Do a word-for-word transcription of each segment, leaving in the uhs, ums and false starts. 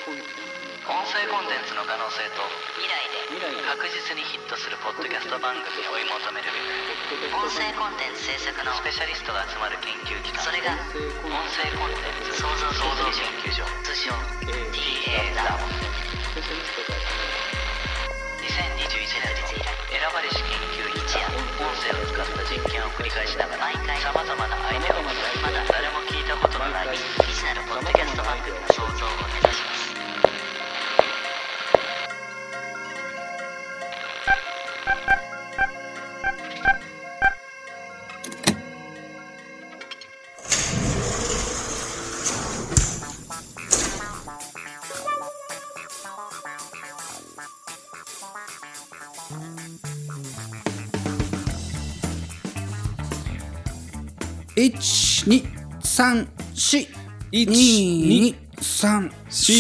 声コンテンツの可能性と未来で確実にヒットするポッドキャスト番組を追い求める音声コンテンツ制作のスペシャリストが集まる研究機関、それが音声コンテンツ創造創造研究所、通称 ティーエー ラボ。にせんにじゅういちねんの選ばれし研究一夜、音声を使った実験を繰り返しながらさまざまなアイデアを持ち、まだ誰も聞いたことのない未知なるポッドキャスト番組の創造を目指します。 いち、に、さん、よん、に、に、さん、よん。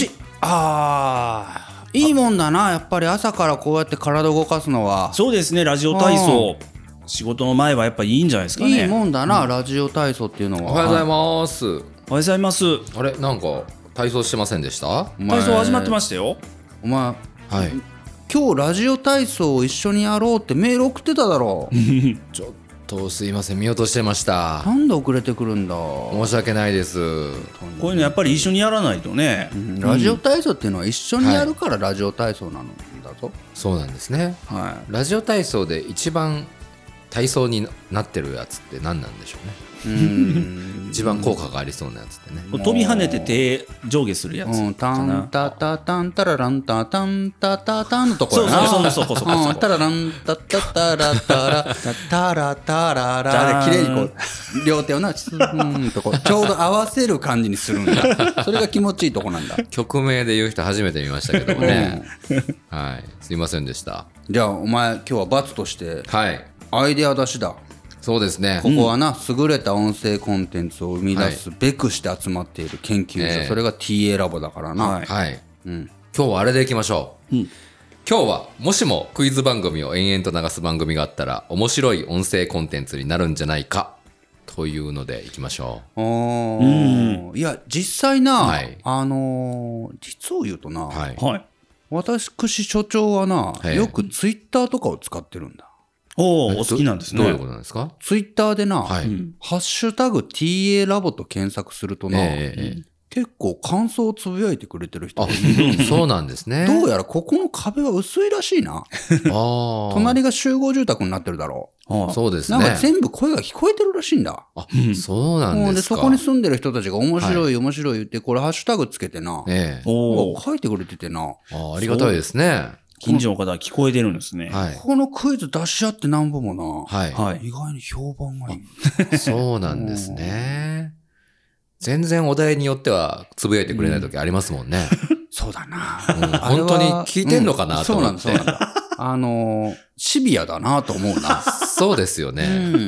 ああ、いいもんだな。やっぱり朝からこうやって体を動かすのは。 そうですね、ラジオ体操。仕事の前はやっぱりいいんじゃないですかね。 いいもんだな、うん、ラジオ体操っていうのは。 おはようございます。 おはようございます。 あれ、なんか体操してませんでした？ 体操始まってましたよ。 お前、 はい、 今日ラジオ体操を一緒にやろうってメール送ってただろう。 ちょっとすいません、見落としてました。 なんで遅れてくるんだ。 申し訳ないです。 こういうのやっぱり一緒にやらないとね、 うん、ラジオ体操っていうのは一緒にやるからラジオ体操なのだぞ、はい、 そうなんですね、はい、ラジオ体操で一番体操になってるやつって何なんでしょうね。うーん一番効果がありそうなやつってね、 飛び跳ねて手上下するやつかな、うん、 タンタタタンタラランタタンタタタンのところやな。そうそうそうそうそうそう、 うん、タラランタタタラタラタラタララで綺麗にこう両手をなスーンとこうちょうど合わせる感じにするんだ。それが気持ちいいとこなんだ。 曲名で言う人初めて見ましたけどもね、はい、すいませんでした。 じゃあお前今日は罰としてアイデア出しだ。 そうですね。 ここはな、優れた音声コンテンツを生み出すべくして集まっている研究所、はい、それが ティーエー ラボだからな。 はい、はい、うん、今日はあれでいきましょう、うん、今日はもしもクイズ番組を延々と流す番組があったら面白い音声コンテンツになるんじゃないかというのでいきましょう。 おー、うん、いや実際な、はい、あのー、実を言うとな、はいはい、私所長はな、はい、よくツイッターとかを使ってるんだ。 おお、お好きなんですね。 どういうことなんですか？ ツイッターでな、はい、ハッシュタグ ティーエー ラボと検索するとな、えー、結構感想をつぶやいてくれてる人がいる。 そうなんですね。 どうやらここの壁は薄いらしいな。あ隣が集合住宅になってるだろう。 あそうですね。 なんか全部声が聞こえてるらしいんだ。 あ、そうなんですか。 でそこに住んでる人たちが面白い、はい、面白い言ってこれハッシュタグつけてな、えー、お書いてくれててな。 あ、ありがたいですね。 近所の方は聞こえてるんですね。 はい、このクイズ出し合ってなんぼもな、はい、意外に評判がいい。そうなんですね。全然お題によってはつぶやいてくれない時ありますもんね。 うん、そうだな、 うん。本当に聞いてんのかなと思って。 うん、そうなんだ、そうなんだ。あのー、シビアだなと思うな。 そうですよね、うんうん。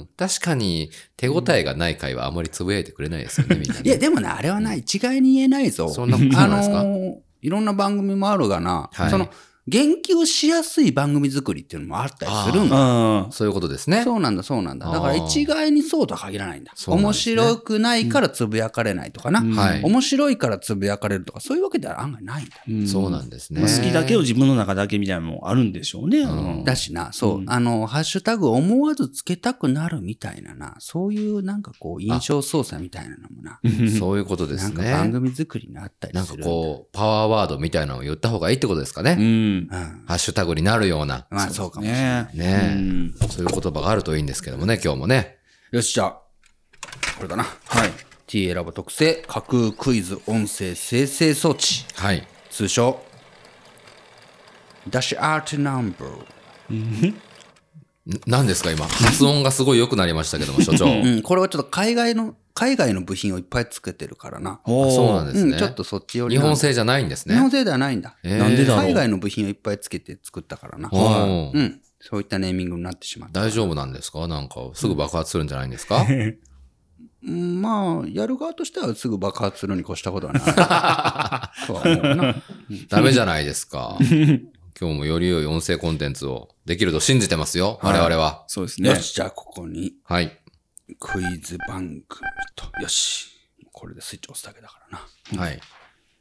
確かに手応えがない回はあまりつぶやいてくれないですよね、みんな、ね。 いや、でもね、あれはな、一概に言えないぞ。 そんなことないですか？あのー、 いろんな番組もあるがな、はい、その、言及しやすい番組作りっていうのもあったりするんだ。 そういうことですね。 そうなんだ、そうなんだ。だから一概にそうとは限らないんだ。面白くないからつぶやかれないとかな、うんはい。面白いからつぶやかれるとか、そういうわけでは案外ないんだ。 うん、そうなんですね。 好きだけを自分の中だけみたいなのもあるんでしょうね。うん、 だしな、そう、うん、あの、ハッシュタグ思わずつけたくなるみたいなな、そういうなんかこう、印象操作みたいなのもな。 そういうことですね。 なんか番組作りにあったりするんだ。 なんかこう、パワーワードみたいなのを言った方がいいってことですかね。うん。ハッシュタグになるような。 まあそうかもしれない。 ね、うん、そういう言葉があるといいんですけどもね、今日もね。 よし、じゃあ、これだな。はい。ティーエー ラボ特製架空クイズ音声生成装置。はい。通称、ダッシュアートナンバー。 何ですか今。発音がすごい良くなりましたけども、所長。 うん、これはちょっと海外の、海外の部品をいっぱい作ってるからな。 そうなんですね、 うん。ちょっとそっちより。 日本製じゃないんですね。 日本製ではないんだ。 えー、なんでだろう。 海外の部品をいっぱいつけて作ったからな。うん。そういったネーミングになってしまった。 大丈夫なんですか？なんかすぐ爆発するんじゃないんですか？ うん、まあ、やる側としてはすぐ爆発するに越したことはない。そうは思うな。 ダメじゃないですか。今日もより良い音声コンテンツをできると信じてますよ、はい、我々は。 そうですね。 よし、じゃあここに。 はい。 クイズ番組と。よし。これでスイッチ押すだけだからな。 はい。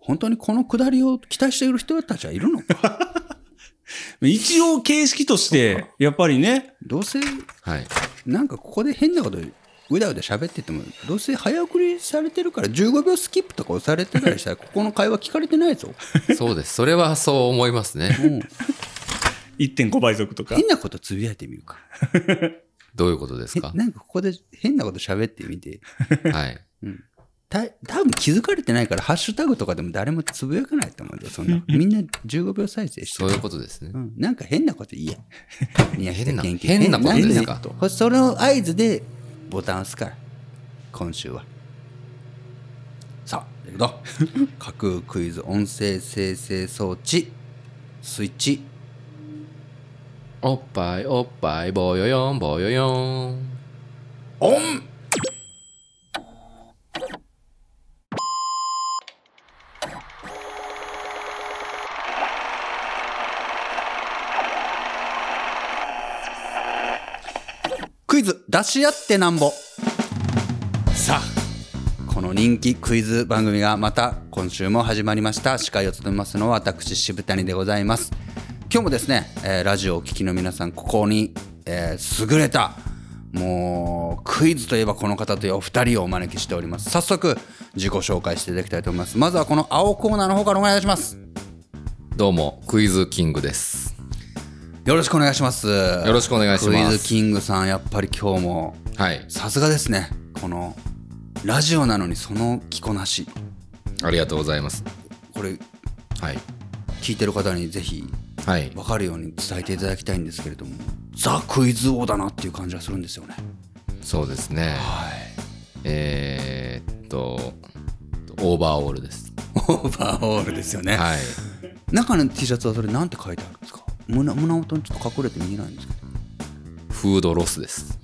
本当にこのくだりを期待している人たちはいるのか一応形式として、やっぱりね。 どうせ、 はい。 なんかここで変なことうだうだ喋ってても、どうせ早送りされてるからじゅうごびょうスキップとか押されてたりしたら、ここの会話聞かれてないぞ。 そうです。それはそう思いますね。 うん、 いってんご 倍速とか。 変なことつぶやいてみるか。 どういうことですか？ なんかここで変なこと喋ってみて。 はい。 うんた多分気づかれてないからハッシュタグとかでも誰もつぶやかないと思うんだよ。そんなみんなじゅうごびょう再生してそういうことですね、 うん、なんか変なこと言え変な変なことですか？ その合図でボタン押すから今週は。さあということ架空クイズ音声生成装置スイッチおっぱいおっぱいぼよよんぼよよんオン。クイズ出し合ってなんぼ。さあこの人気クイズ番組がまた今週も始まりました。司会を務めますのは私渋谷でございます。今日もですね、えー、ラジオをお聞きの皆さんここに、えー、優れたもうクイズといえばこの方というお二人をお招きしております。早速自己紹介していただきたいと思います。まずはこの青コーナーの方からお願いします。 どうもクイズキングです。 よろしくお願いします。 よろしくお願いします。 クイズキングさんやっぱり今日もさすがですね。このラジオなのにその着こなしありがとうございます。 これ、 はい、 聞いてる方にぜひ分かるように伝えていただきたいんですけれども、はい、ザ・クイズ王だなっていう感じがするんですよね。 そうですね、はい、えー、っとオーバーオールです。 オーバーオールですよね、 はい、 中の T シャツはそれなんて書いてあるんですか？ 胸, 胸元にちょっと隠れて見えないんですけど。 フードロスです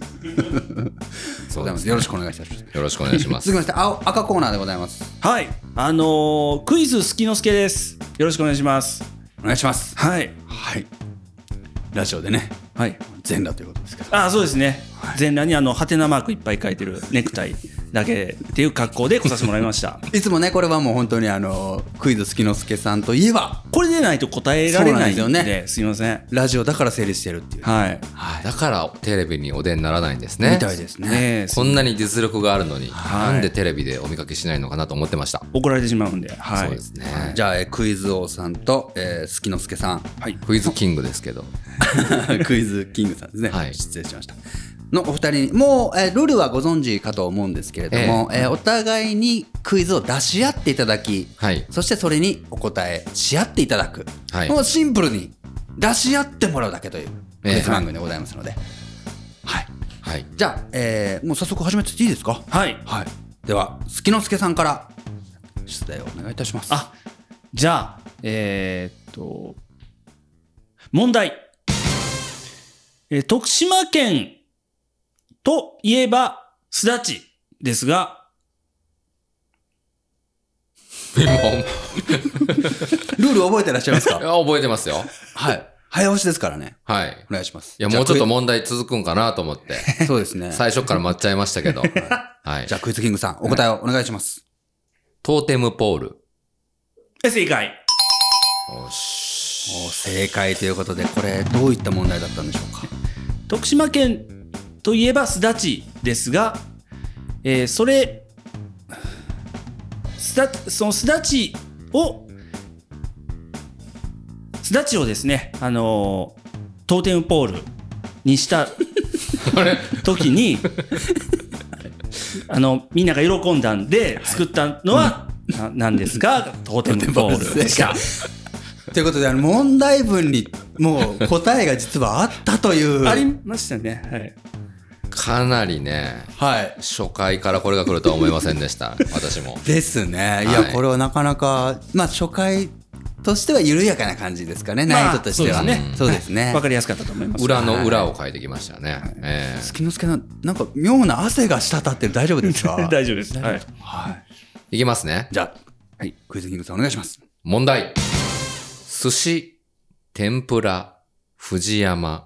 そうです。よろしくお願いします。 よろしくお願いします。 続きまして青赤コーナーでございます。 はい、あのー、クイズ好きのすけです。よろしくお願いします。 お願いします。 はいはい。ラジオでね、はい、全裸ということですけど。 ああ、そうですね、はい、全裸にあのハテナマークいっぱい書いてるネクタイだけっていう格好で来させてもらいましたいつもねこれはもう本当にあのクイズ好きのすけさんといえばこれでないと答えられないんで、 そうなんですよね、 すいません。 ラジオだから成立してるっていう、 はい、 はい、だからテレビにお出にならないんですね。 みたいですね。ねこんなに実力があるのに、はい、なんでテレビでお見かけしないのかなと思ってました。 怒られてしまうんで、はい、 そうですね。 じゃあ、えー、クイズ王さんと、えー、好きのすけさん、 はい、クイズキングですけどクイズキングさんですね、 はい、 失礼しましたのお二人にもう、えー、ルールはご存知かと思うんですけれども、えーえー、お互いにクイズを出し合っていただき、はい、そしてそれにお答えし合っていただく、はい、もうシンプルに出し合ってもらうだけというクイズ番組でございますので、えー、はいはい、じゃあ、えー、もう早速始めていいですか？ はい、はい、 では好きのすけさんから出題をお願いいたします。 あ、じゃあえー、っと問題、えー、徳島県といえばすだちですがルール覚えてらっしゃいますか？ いや覚えてますよ。 はい、早押しですからね。 はい、 お願いします。 いやもうちょっと問題続くんかなと思ってそうですね、 最初から待っちゃいましたけどはい、 じゃあクイズキングさんお答えをお願いします。 トーテムポール。 正解。 おし正解ということで、これどういった問題だったんでしょうか？ 徳島県といえばすだちですが、えー、それすだそのすだちをすだちをですね、あのー、トーテムポールにした時にあのみんなが喜んだんで作ったのは、はい、ななんですがトーテムポールでした。 ということで、あの問題文にもう答えが実はあったというありましたね。はい、 かなりね、はい、初回からこれが来るとは思いませんでした私もですね。いや、はい、これはなかなか、まあ、初回としては緩やかな感じですかね、難易度としては。そうですね、 分かりやすかったと思います。 裏の裏を書いてきましたね。はい、 えー、好きのすけな、なんか妙な汗が滴ってる。大丈夫ですか？ 大丈夫です。はい、 はい、 いきますね。 じゃあ、はい、クイズキングさんお願いします。 問題。寿司、天ぷら、藤山。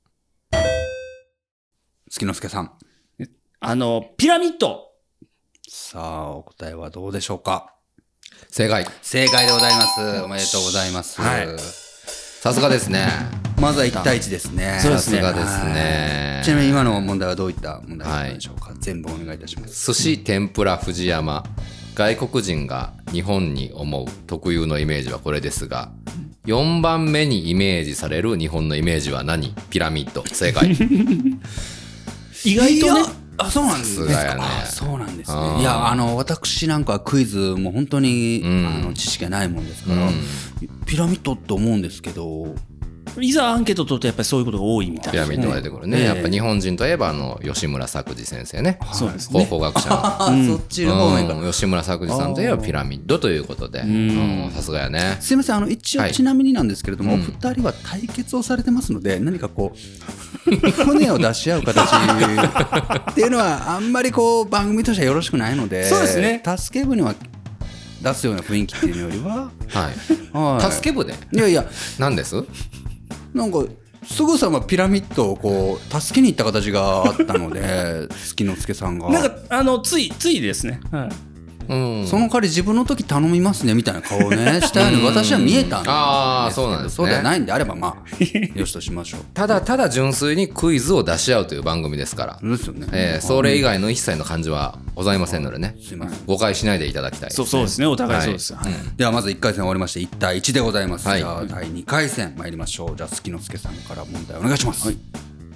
月之助さん。 あの、ピラミッド。 さあ、お答えはどうでしょうか？ 正解。 正解でございます。おめでとうございます。 はい。 さすがですね。 まずはいち対いちですね。 そうですね。 さすがですね。 ちなみに今の問題はどういった問題だったでしょうか。はい、全部お願いいたします。 寿司天ぷら藤山。外国人が日本に思う特有のイメージはこれですが、よんばんめにイメージされる日本のイメージは何？ピラミッド。正解。 意外とね。 あ、そうなんですね。 さすがやね。 あ、そうなんですね。いや、あの、私なんかクイズも本当に、うん、あの知識がないもんですから、うん、ピラミッドって思うんですけど、 いざアンケート取るとやっぱりそういうことが多いみたいな、 ピラミッドが出てくるね、えー、やっぱ日本人といえばあの吉村作治先生ね、 そうですね、 考古学者の、 うん、そっちの方面か、 うん、吉村作治さんといえばピラミッドということで、さすがやね。 すいません、あの一応、はい、ちなみになんですけれども、お二人は対決をされてますので、何かこう船を出し合う形っていうのはあんまりこう番組としてはよろしくないので、 そうですね、 助け舟は出すような雰囲気っていうよりは、 はいはい、助け舟、 いやいや、 何です？ なんかすぐさまピラミッドをこう助けに行った形があったので月之助さんがなんかあのついついですね、はい、 うん、その代わり自分の時頼みますねみたいな顔をねしたように私は見えたんですけど、 あ、そうなんですね、 そうではないんであればまあよしとしましょう。 ただただ純粋にクイズを出し合うという番組ですから、 ですよね、 えー、それ以外の一切の感じはございませんのでね、すいません、誤解しないでいただきたいです、ね、 そうそうですね、お互いそうです、はい、 はい、ではまずいっかい戦終わりましていち対いちでございます、はい、じゃあだいにかい戦参りましょう。じゃあ月之助さんから問題お願いします、はい、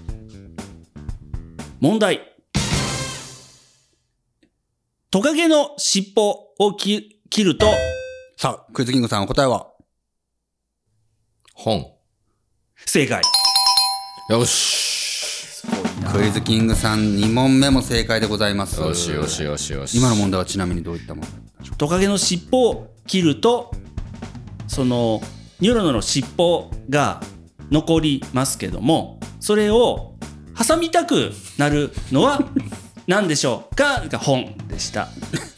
問題。トカゲの尻尾を切ると、 さあクイズキングさんお答えは？ 本。 正解。 よし、 クイズキングさんに問目も正解でございます。 よしよしよしよし。 今の問題はちなみにどういった問題でしょうか？ トカゲの尻尾を切ると、そのニョロノの尻尾が残りますけども、それを挟みたくなるのは何でしょうかが本でした。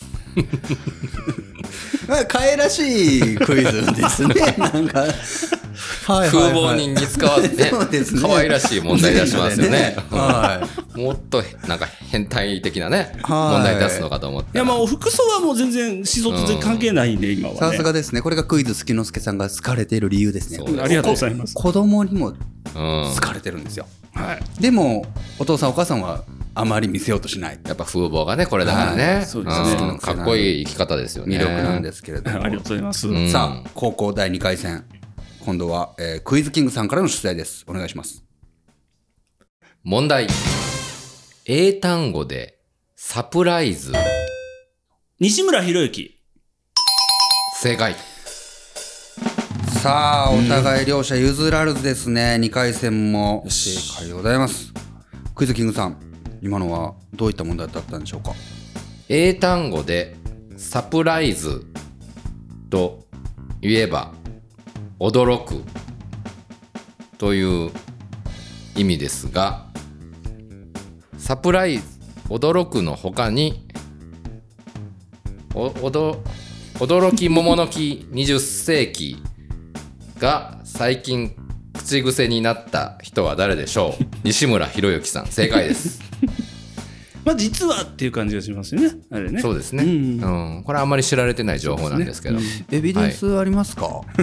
かえらしいクイズですね。なんか風貌人に使わずね、可愛らしい問題出しますよね。はい、もっとなんか変態的なね問題出すのかと思って。 いや、まあ服装はもう全然思想と全然関係ないんで、今はね。 さすがですね。これがクイズ月之助さんが好かれている理由ですね。 ありがとうございます。 子供にも好かれてるんですよ。はい。でもお父さんお母さんはあまり見せようとしない。 やっぱ風貌がねこれだからね、 そうですね、 かっこいい生き方ですよね。 魅力なんですけれども。 ありがとうございます。 さあ高校だいにかい戦、今度は、えー、クイズキングさんからの出題です。お願いします。 問題。英単語でサプライズ。 西村博之。 正解。 さあお互い両者譲らずですね。にかい戦も正解でございます。クイズキングさん、今のはどういった問題だったんでしょうか？ 英単語でサプライズと言えば驚くという意味ですが、サプライズ、驚くの他におおど驚き桃の木にじゅっせいきが最近口癖になった人は誰でしょう？西村博之さん。正解です。 まあ実はっていう感じがしますよね、あれね。 そうですね、うんうん、これはあんまり知られてない情報なんですけど、ね、 うん、エビデンスありますか？はい、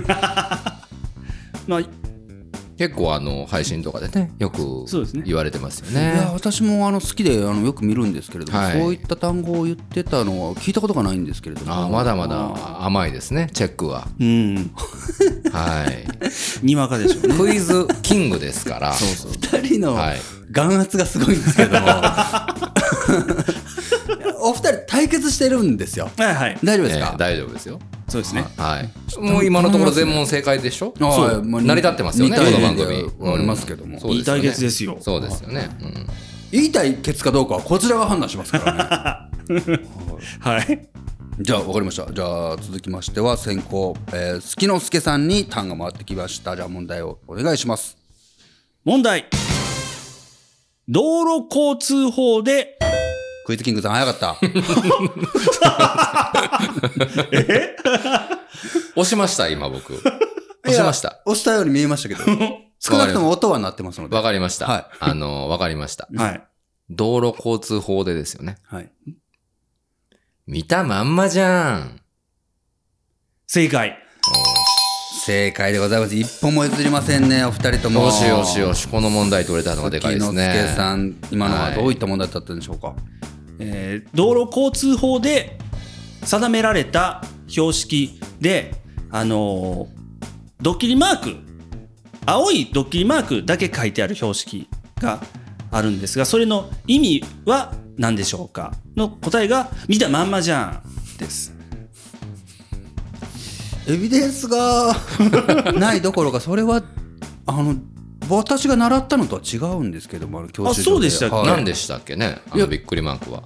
まあ結構あの配信とかでねよく言われてますよね。 いや私もあの好きであのよく見るんですけれども、はい、そういった単語を言ってたのは聞いたことがないんですけれども、 あまだまだ甘いですねチェックは。 うん、はいにわかでしょうね。 クイズキングですから。 そうそうふたりの眼圧がすごいんですけども、お二人対決してるんですよ。 はいはい、 大丈夫ですか？ えー、大丈夫ですよ。 そうですね。 はい。もう今のところ全問正解でしょ。そう、成り立ってますよね。この番組ありますけども。 いい対決ですよ。 そうですよね。 いい対決かどうかはこちらが判断しますからね。 はい。 じゃあ分かりました。じゃあ続きましては先行、えー、月之助さんにターンが回ってきました。じゃあ問題をお願いします。 問題。道路交通法でクイズキングさん早かった。 え押しました今僕。押しました。 押したように見えましたけど、少なくとも音は鳴ってますので。 わかりました。 はい。 あのわかりました。 はい。 道路交通法でですよね。 はい。 見たまんまじゃん。 正解。 正解でございます。一歩も譲りませんね、お二人とも。 よしよしよし、この問題取れたのがでかいですね。 月之助さん、今のはどういった問題だったんでしょうか。はい、 えー、道路交通法で定められた標識で、あのー、ドッキリマーク、青いドッキリマークだけ書いてある標識があるんですが、それの意味は何でしょうかの答えが見たまんまじゃんです。 エビデンスがないどころか、それはあの私が習ったのとは違うんですけども、教習所で。 あ、そうでしたっけ、 はい、 何でしたっけね、あのびっくりマークは。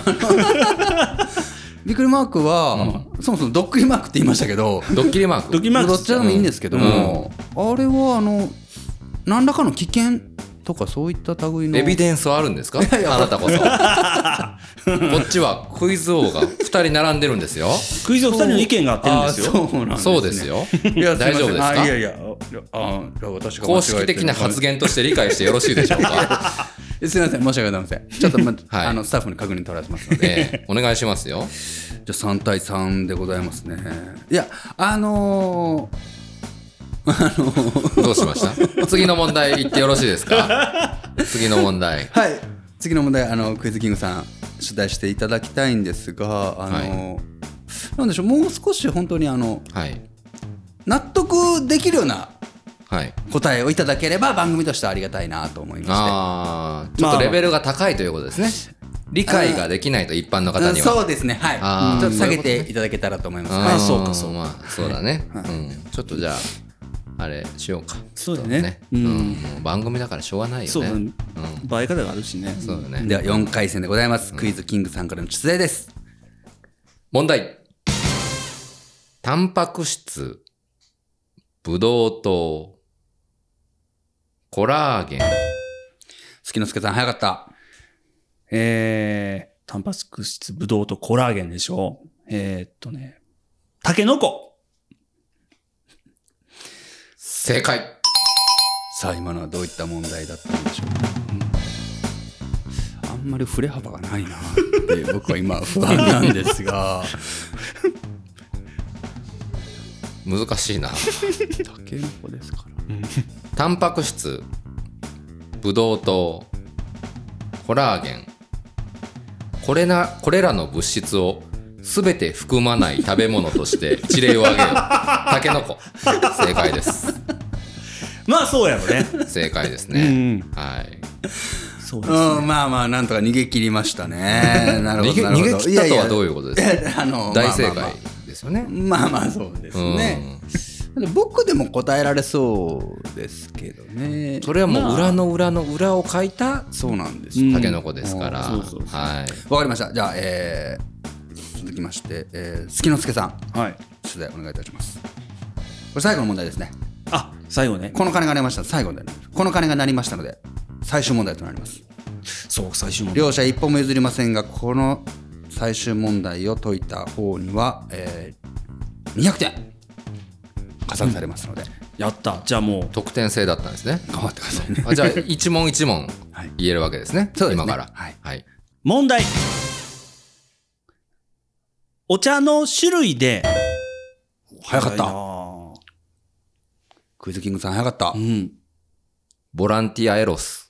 びっくりマークは、うん、そもそもドッキリマークって言いましたけど、 ドッキリマーク、 ドッキリマークどっちでもいいんですけども、うん、あれはあの何らかの危険とかそういった類のエビデンスはあるんですか？いやいや、あなたこそ。こっちはクイズ王がふたり並んでるんですよ。 クイズ王ふたりの意見が合ってるんですよ。 そうなんですね。 そうですよ。いや、大丈夫ですか？ いやいや、あ私が公式的な発言として理解してよろしいでしょうか？ すみません、申し訳ございません。ちょっと、まはい、あのスタッフに確認取らせますので、 えー、お願いしますよ。 じゃあさんたいさんでございますね。いや、あのーあのー、 どうしました次の問題言ってよろしいですか？次の問題。 はい、次の問題、あのクイズキングさん取材していただきたいんですが、あのーはい、なんでしょう、もう少し本当にあの、はい、納得できるような答えをいただければ番組としてはありがたいなと思いまして、 あちょっとレベルが高いということですね。理解ができないと一般の方には。 そうですね、はい、ちょっと下げていただけたらと思います。 ああ、そうかそうか、 まあ、そうだね、はい、うん、ちょっとじゃああれしようか。 そうだね、 ね、うん、もう番組だからしょうがないよね。 そうだね、うん、映え方があるしね。 そうだね。 ではよんかい戦でございます、うん、クイズキングさんからの出題です。 問題。タンパク質、ブドウ糖、コラーゲン。 月之助さん早かった。 えー、タンパク質、ブドウ糖、コラーゲンでしょ。えー、っとね、タケノコ。 正解。 さあ今のはどういった問題だったんでしょうか。うん、あんまり振れ幅がないなって僕は今不安なんですが難しいな。 タケノコですから、うん、 タンパク質、ブドウ糖、コラーゲン、これなこれらの物質をすべて含まない食べ物として一例を挙げよう。タケノコ。正解です。 まあそうやろね。 正解ですね。うん、はい。 そうですね。 うん、まあまあなんとか逃げ切りましたね。なるほど。 逃げ、逃げ切ったとはどういうことですか？ あの大正解ですよね。 まあまあそうですね。うん、僕でも答えられそうですけどね。 それはもう裏の裏の裏を書いた、 そうなんです。 タケノコですから。 そうそうそう。 はい。 わかりました。じゃあ、えー、続きまして、えー、月之助さん、はい、取材お願いいたします。これ最後の問題ですね。 あ、最後ね。この鐘が鳴りました。最後で、ね、この鐘が鳴りましたので最終問題となります。 そう、最終問題。 両者一歩も譲りませんが、この最終問題を解いた方には、えー、にひゃくてん加算されますので、うん、 やった。じゃあもう得点制だったんですね。 頑張ってくださいね。 あ、じゃあ一問一問言えるわけですね。 そうですね。 今から。 はい。 はい。 問題。お茶の種類で。 早かった。クイズキングさん早かった。 うん。 ボランティアエロス。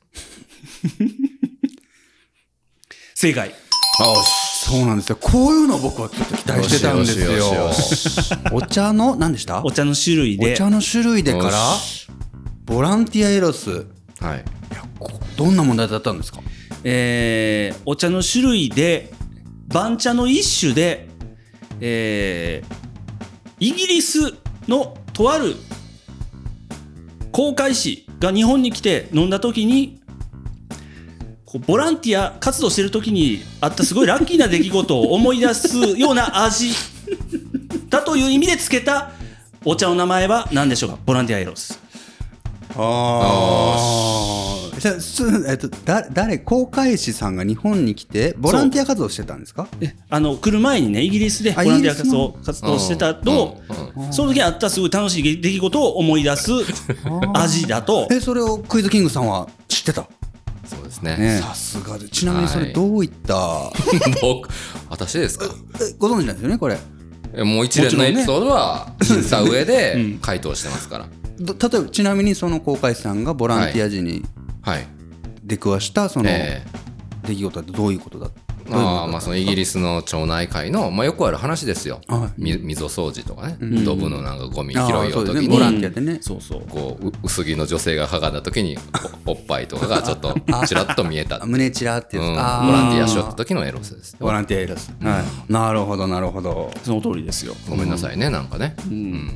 正解。 あ、そうなんですよ。こういうの僕はちょっと期待してたんですよ。よしよしよしお茶の何でした？ お茶の種類で。 お茶の種類でからボランティアエロス。 はい。いや、 どんな問題だったんですか？ えー、お茶の種類で番茶の一種で、えー、イギリスのとある航海士が日本に来て飲んだ時に、こうボランティア活動してる時にあったすごいラッキーな出来事を思い出すような味だという意味でつけたお茶の名前は何でしょうか？ボランティアエロス。 ああ。じゃあ、えっと、だ誰航海士さんが日本に来てボランティア活動してたんですか？ えあの来る前にね、イギリスでボランティア活動活動してたと、その時あったすごい楽しい出来事を思い出す味だと。 え、それをクイズキングさんは知ってた？ そうですね。 さすがで。ちなみにそれどういった、はい、 僕私ですか？ ご存知なんですよねこれ？ もう一連のエピソードは聞いた上で回答してますから、 うん、例えばちなみにその航海士さんがボランティア時に出くわしたその出来事はどういうことだった？ あまあそのイギリスの町内会の、まあ、よくある話ですよ、はい、溝掃除とかね、うん、ドブのなんかゴミ拾いを時に、 ボランティアでね、 そうそうこう薄着の女性がはがんだ時に お, おっぱいとかがちょっとちらっと見えた胸ちらっていう、うん、ボランティアしよった時のエロスです。 ボランティアエロス、はい、なるほどなるほど、 その通りですよ。 ごめんなさいね、なんかね、うんうん、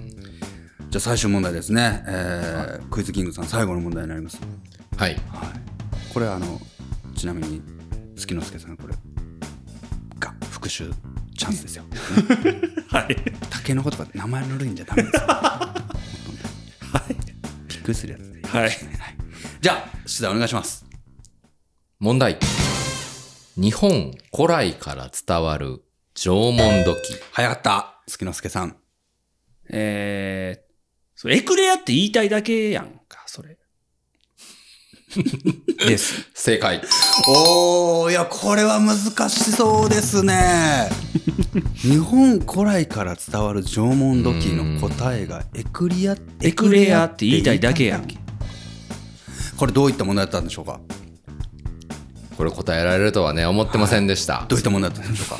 じゃあ最終問題ですね、えーはい、クイズキングさん最後の問題になります。 はい、はい、 これあのちなみに月之助さんこれが復習チャンスですよ。 はい。 タケノコとか名前の類んじゃダメですよ。はい。びっくりするやつで。 はい。 じゃあ出題お願いします。 問題。日本古来から伝わる縄文土器。 早かった月之助さん。 えー、それエクレアって言いたいだけやんかそれ。です。 正解。 おー、いやこれは難しそうですね。日本古来から伝わる縄文土器の答えがエクリアエクレアって言いたいだけやん。 これどういった問題だったんでしょうか。 これ答えられるとはね思ってませんでした、 はい、どういった問題だったんでしょうか。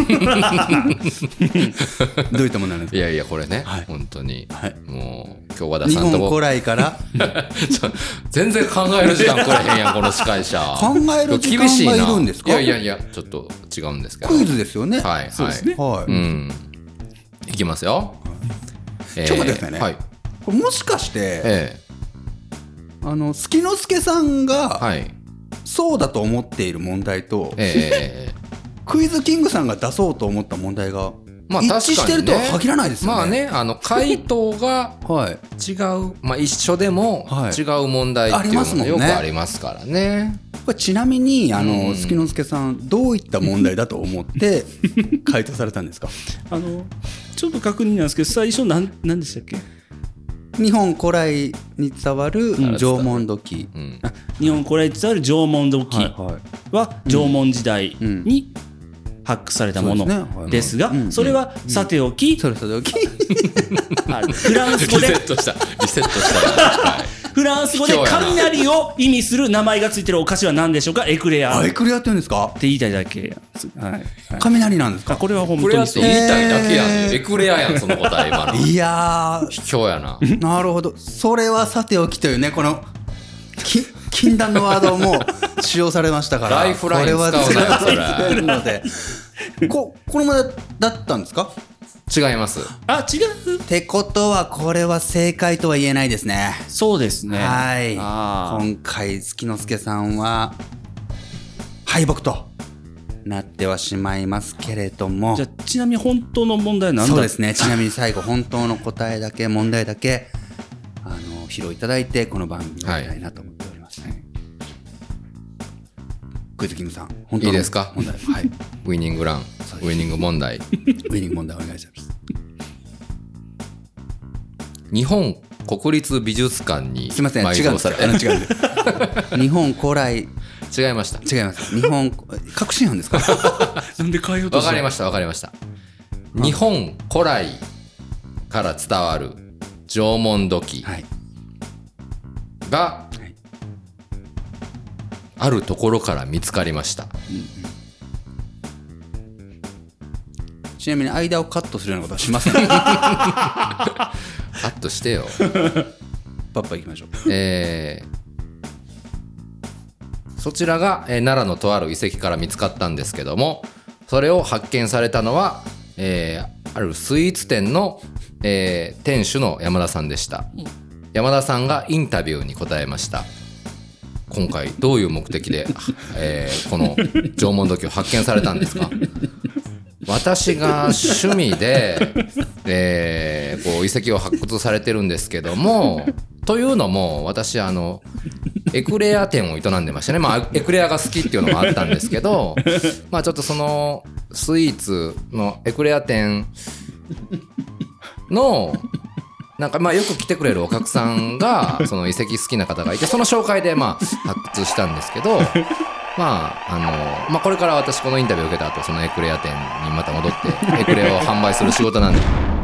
どういった問題なんですか。 いやいやこれね、はい、本当に、はい、もう今日和田さんと日本古来から全然考える時間これへんやんこの司会者。 考える時間がいるんですか。 いやいやいやちょっと違うんですけど。 クイズですよね。 はい、 そうですね、 はい、うん、 いきますよ、はいえー、ちょっと待ってくださいね、はい、これもしかして、えー、あの月之助さんが、はいそうだと思っている問題と、えー、クイズキングさんが出そうと思った問題が一致してるとは限らないですよね。 まあね、あの回答が違う、まあ一緒でも違う問題っていうのがよくありますからね。 これちなみにあの、うん、月之助さんどういった問題だと思って回答されたんですか。 あのちょっと確認なんですけど最初何何でしたっけ。 日本古来に伝わる縄文土器、 うん、日本古来に伝わる縄文土器は縄文時代に発掘されたものですが、それはさておき、 それさておきフランス語でリセットしたリセットしたフランス語で雷を意味する名前がついてるお菓子は何でしょうか。エクレア。 エクレアって言うんですか。 って言いたいだけ。はい。 雷なんですか。 これは本当にそう。 言いたいだけやん。エクレアやんその答え今の。 いやー。 卑怯やな。 なるほど。それはさておきというねこのき禁断のワードも使用されましたから。 ライフライン使うなよそれ。 のでここの問題だったんですか。 違います。 あ、違うってことはこれは正解とは言えないですね。 そうですね。 はい。今回月之助さんは敗北となってはしまいますけれども。 じゃあちなみに本当の問題は何だ。 そうですね。ちなみに最後本当の答えだけ問題だけあの披露いただいてこの番組をやりたいなと思っております。はい、クイズキングさん本当の問題いいですか。はい。ウイニングラン。ウイニング問題。 ウイニング問題お願いします。 日本国立美術館にすみません違うんです。あの違うんです。日本古来違いました。 違います。日本確信犯ですか。 なんで変えようとした。 わかりましたわかりました。日本古来から伝わる縄文土器が、はいはい、あるところから見つかりました。うんちなみに間をカットするようなことはしません。 カットしてよ。 パッパ行きましょう。 えー、そちらが、えー、奈良のとある遺跡から見つかったんですけども、それを発見されたのは、えー、あるスイーツ店の、えー、店主の山田さんでした。山田さんがインタビューに答えました。今回どういう目的で、えー、この縄文土器を発見されたんですか。私が趣味で、えー、こう遺跡を発掘されてるんですけども、というのも私あのエクレア店を営んでましたね。まあエクレアが好きっていうのもあったんですけど、まあちょっとそのスイーツのエクレア店のなんかまあよく来てくれるお客さんがその遺跡好きな方がいて、その紹介でまあ発掘したんですけど。まああのまあ、これから私このインタビューを受けた後そのエクレア店にまた戻ってエクレアを販売する仕事なんで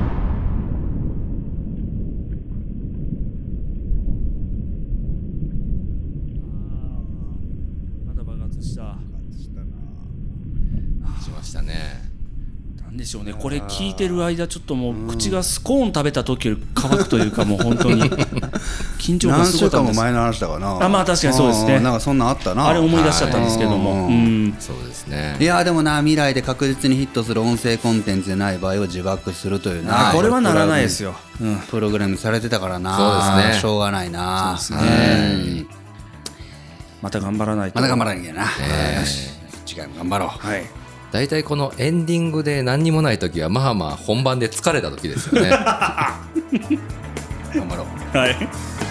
ましたね。 なんでしょうね、これ聞いてる間ちょっともう口がスコーン食べた時より乾くというか、もう本当に緊張がすごかったんです。 何週間も前の話だかな。 あ、まあ確かにそうですね。 なんかそんなんあったな。 あれ思い出しちゃったんですけども、うん、 そうですね。 いやでもな、未来で確実にヒットする音声コンテンツでない場合は自爆するというな、 これはならないですよ、 うん、プログラムされてたからな。 そうですね、 しょうがないな。 そうですね、また頑張らないと。 また頑張らなきゃな、えー、よし次回も頑張ろう。 はい、 だいたいこのエンディングで何にもない時はまあまあ本番で疲れた時ですよね。 頑張ろう。 はい。